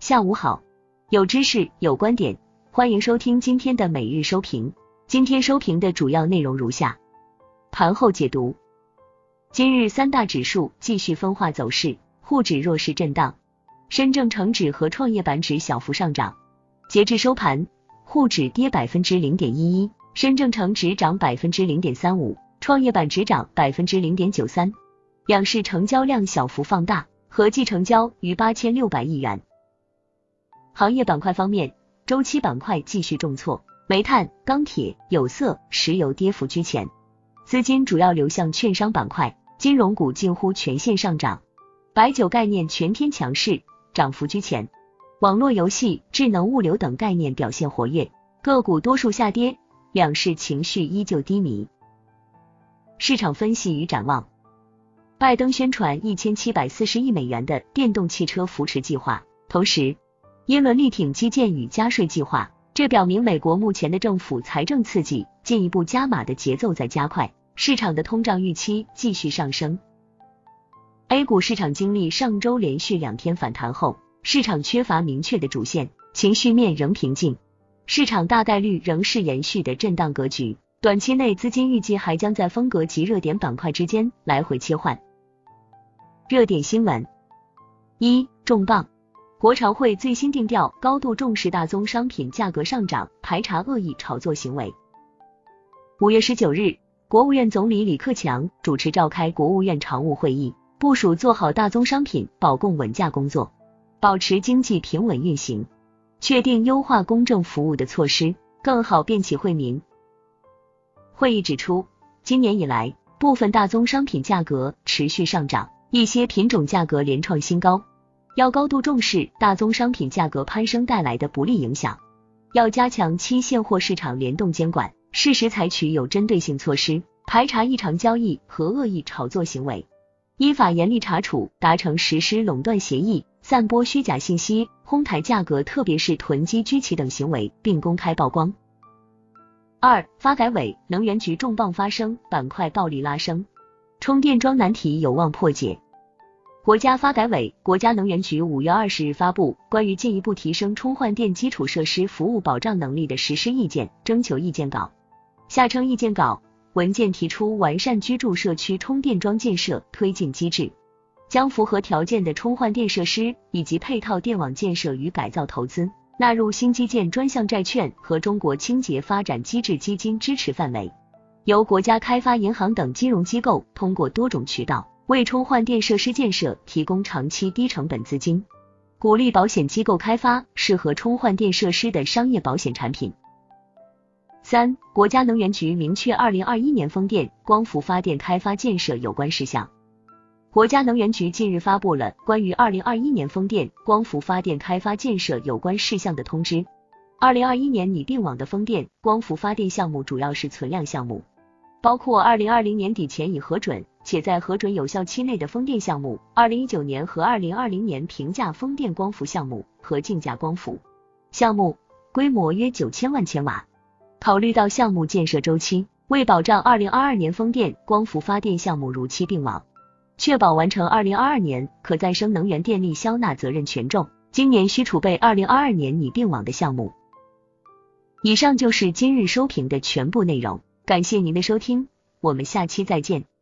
下午好，有知识有观点，欢迎收听今天的每日收评。今天收评的主要内容如下：盘后解读。今日三大指数继续分化走势，沪指弱势震荡，深证成指和创业板指小幅上涨。截至收盘，沪指跌 0.11%， 深证成指涨 0.35%， 创业板指涨 0.93%。两市成交量小幅放大，合计成交逾8600亿元。行业板块方面，周期板块继续重挫，煤炭、钢铁、有色、石油跌幅居前，资金主要流向券商板块，金融股近乎全线上涨，白酒概念全天强势，涨幅居前，网络游戏、智能物流等概念表现活跃，个股多数下跌，两市情绪依旧低迷。市场分析与展望。拜登宣传1740亿美元的电动汽车扶持计划，同时耶伦力挺基建与加税计划，这表明美国目前的政府财政刺激进一步加码的节奏在加快，市场的通胀预期继续上升。A 股市场经历上周连续2天反弹后，市场缺乏明确的主线，情绪面仍平静，市场大概率仍是延续的震荡格局，短期内资金预计还将在风格及热点板块之间来回切换。热点新闻。1. 重磅，国常会最新定调，高度重视大宗商品价格上涨，排查恶意炒作行为。5月19日，国务院总理李克强主持召开国务院常务会议，部署做好大宗商品保供稳价工作，保持经济平稳运行，确定优化公证服务的措施，更好便起惠民。会议指出，今年以来，部分大宗商品价格持续上涨，一些品种价格连创新高，要高度重视大宗商品价格攀升带来的不利影响，要加强期现货市场联动监管，适时采取有针对性措施，排查异常交易和恶意炒作行为，依法严厉查处达成实施垄断协议、散播虚假信息、哄抬价格特别是囤积居奇等行为，并公开曝光。2. 发改委、能源局重磅发声，板块暴力拉升，充电桩难题有望破解。国家发改委、国家能源局5月20日发布关于进一步提升充换电基础设施服务保障能力的实施意见征求意见稿，下称意见稿文件提出完善居住社区充电桩建设推进机制，将符合条件的充换电设施以及配套电网建设与改造投资纳入新基建专项债券和中国清洁发展机制基金支持范围，由国家开发银行等金融机构通过多种渠道为充换电设施建设提供长期低成本资金，鼓励保险机构开发适合充换电设施的商业保险产品。3. 国家能源局明确2021年风电、光伏发电开发建设有关事项。国家能源局近日发布了关于2021年风电、光伏发电开发建设有关事项的通知。2021年拟并网的风电、光伏发电项目主要是存量项目，包括2020年底前已核准且在核准有效期内的风电项目，2019年和2020年平价风电光伏项目和竞价光伏项目，规模约9000万千瓦。考虑到项目建设周期，为保障2022年风电、光伏发电项目如期并网，确保完成2022年可再生能源电力销纳责任权重，今年需储备2022年拟并网的项目。以上就是今日收评的全部内容，感谢您的收听，我们下期再见。